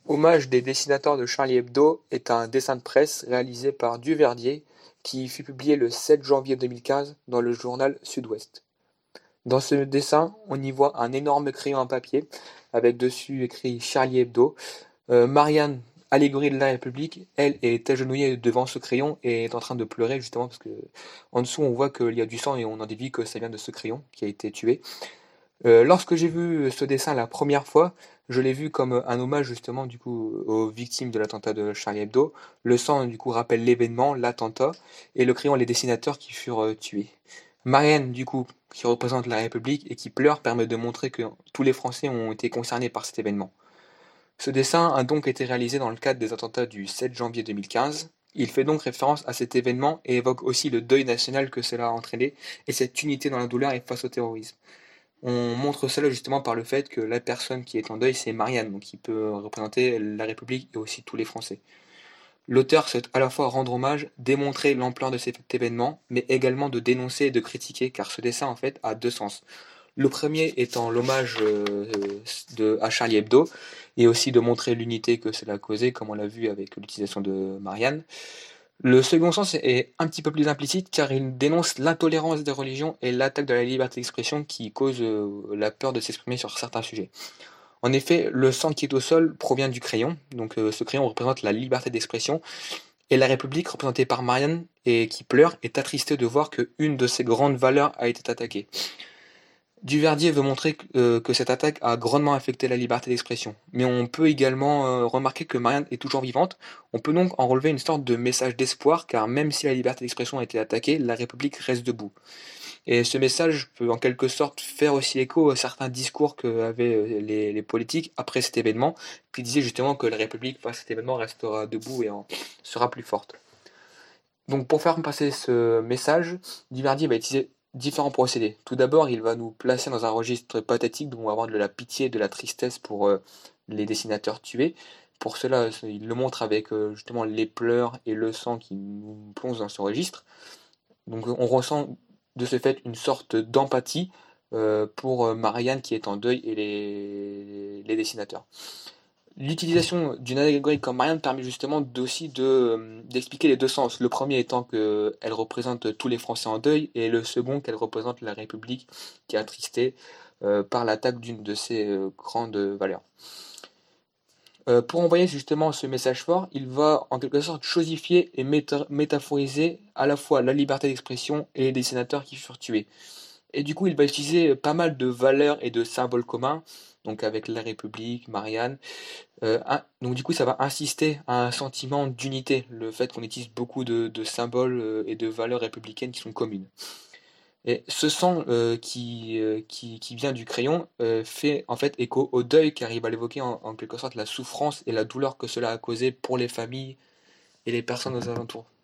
Hommage des dessinateurs de Charlie Hebdo est un dessin de presse réalisé par Duverdier qui fut publié le 7 janvier 2015 dans le journal Sud-Ouest. Dans ce dessin, on y voit un énorme crayon en papier avec dessus écrit Charlie Hebdo. Marianne, allégorie de la République, elle est agenouillée devant ce crayon et est en train de pleurer justement parce que en dessous on voit qu'il y a du sang et on en déduit que ça vient de ce crayon qui a été tué. Lorsque j'ai vu ce dessin la première fois, je l'ai vu comme un hommage justement du coup aux victimes de l'attentat de Charlie Hebdo. Le sang du coup rappelle l'événement, l'attentat, et le crayon les dessinateurs qui furent tués. Marianne du coup qui représente la République et qui pleure permet de montrer que tous les Français ont été concernés par cet événement. Ce dessin a donc été réalisé dans le cadre des attentats du 7 janvier 2015. Il fait donc référence à cet événement et évoque aussi le deuil national que cela a entraîné et cette unité dans la douleur et face au terrorisme. On montre cela justement par le fait que la personne qui est en deuil, c'est Marianne, donc qui peut représenter la République et aussi tous les Français. L'auteur souhaite à la fois rendre hommage, démontrer l'ampleur de cet événement, mais également de dénoncer et de critiquer, car ce dessin en fait a deux sens. Le premier étant l'hommage à Charlie Hebdo, et aussi de montrer l'unité que cela a causé, comme on l'a vu avec l'utilisation de Marianne. Le second sens est un petit peu plus implicite car il dénonce l'intolérance des religions et l'attaque de la liberté d'expression qui cause la peur de s'exprimer sur certains sujets. En effet, le sang qui est au sol provient du crayon, donc ce crayon représente la liberté d'expression, et la République, représentée par Marianne, et qui pleure, est attristée de voir qu'une de ses grandes valeurs a été attaquée. Duverdier veut montrer que cette attaque a grandement affecté la liberté d'expression. Mais on peut également remarquer que Marianne est toujours vivante. On peut donc en relever une sorte de message d'espoir, car même si la liberté d'expression a été attaquée, la République reste debout. Et ce message peut en quelque sorte faire aussi écho à certains discours qu'avaient les politiques après cet événement, qui disaient justement que la République, face à cet événement, restera debout et sera plus forte. Donc pour faire passer ce message, Duverdier va utiliser différents procédés. Tout d'abord, il va nous placer dans un registre pathétique où on va avoir de la pitié, de la tristesse pour les dessinateurs tués. Pour cela, il le montre avec justement les pleurs et le sang qui nous plongent dans ce registre. Donc on ressent de ce fait une sorte d'empathie pour Marianne qui est en deuil et les dessinateurs. L'utilisation d'une allégorie comme Marianne permet justement aussi d'expliquer les deux sens. Le premier étant qu'elle représente tous les Français en deuil, et le second qu'elle représente la République qui est attristée par l'attaque d'une de ses grandes valeurs. Pour envoyer justement ce message fort, il va en quelque sorte chosifier et métaphoriser à la fois la liberté d'expression et les dessinateurs qui furent tués. Et du coup, il va utiliser pas mal de valeurs et de symboles communs, donc avec la République, Marianne. Donc du coup, ça va insister à un sentiment d'unité, le fait qu'on utilise beaucoup de symboles et de valeurs républicaines qui sont communes. Et ce sang qui vient du crayon fait en fait écho au deuil car il va évoquer en quelque sorte la souffrance et la douleur que cela a causé pour les familles et les personnes aux alentours.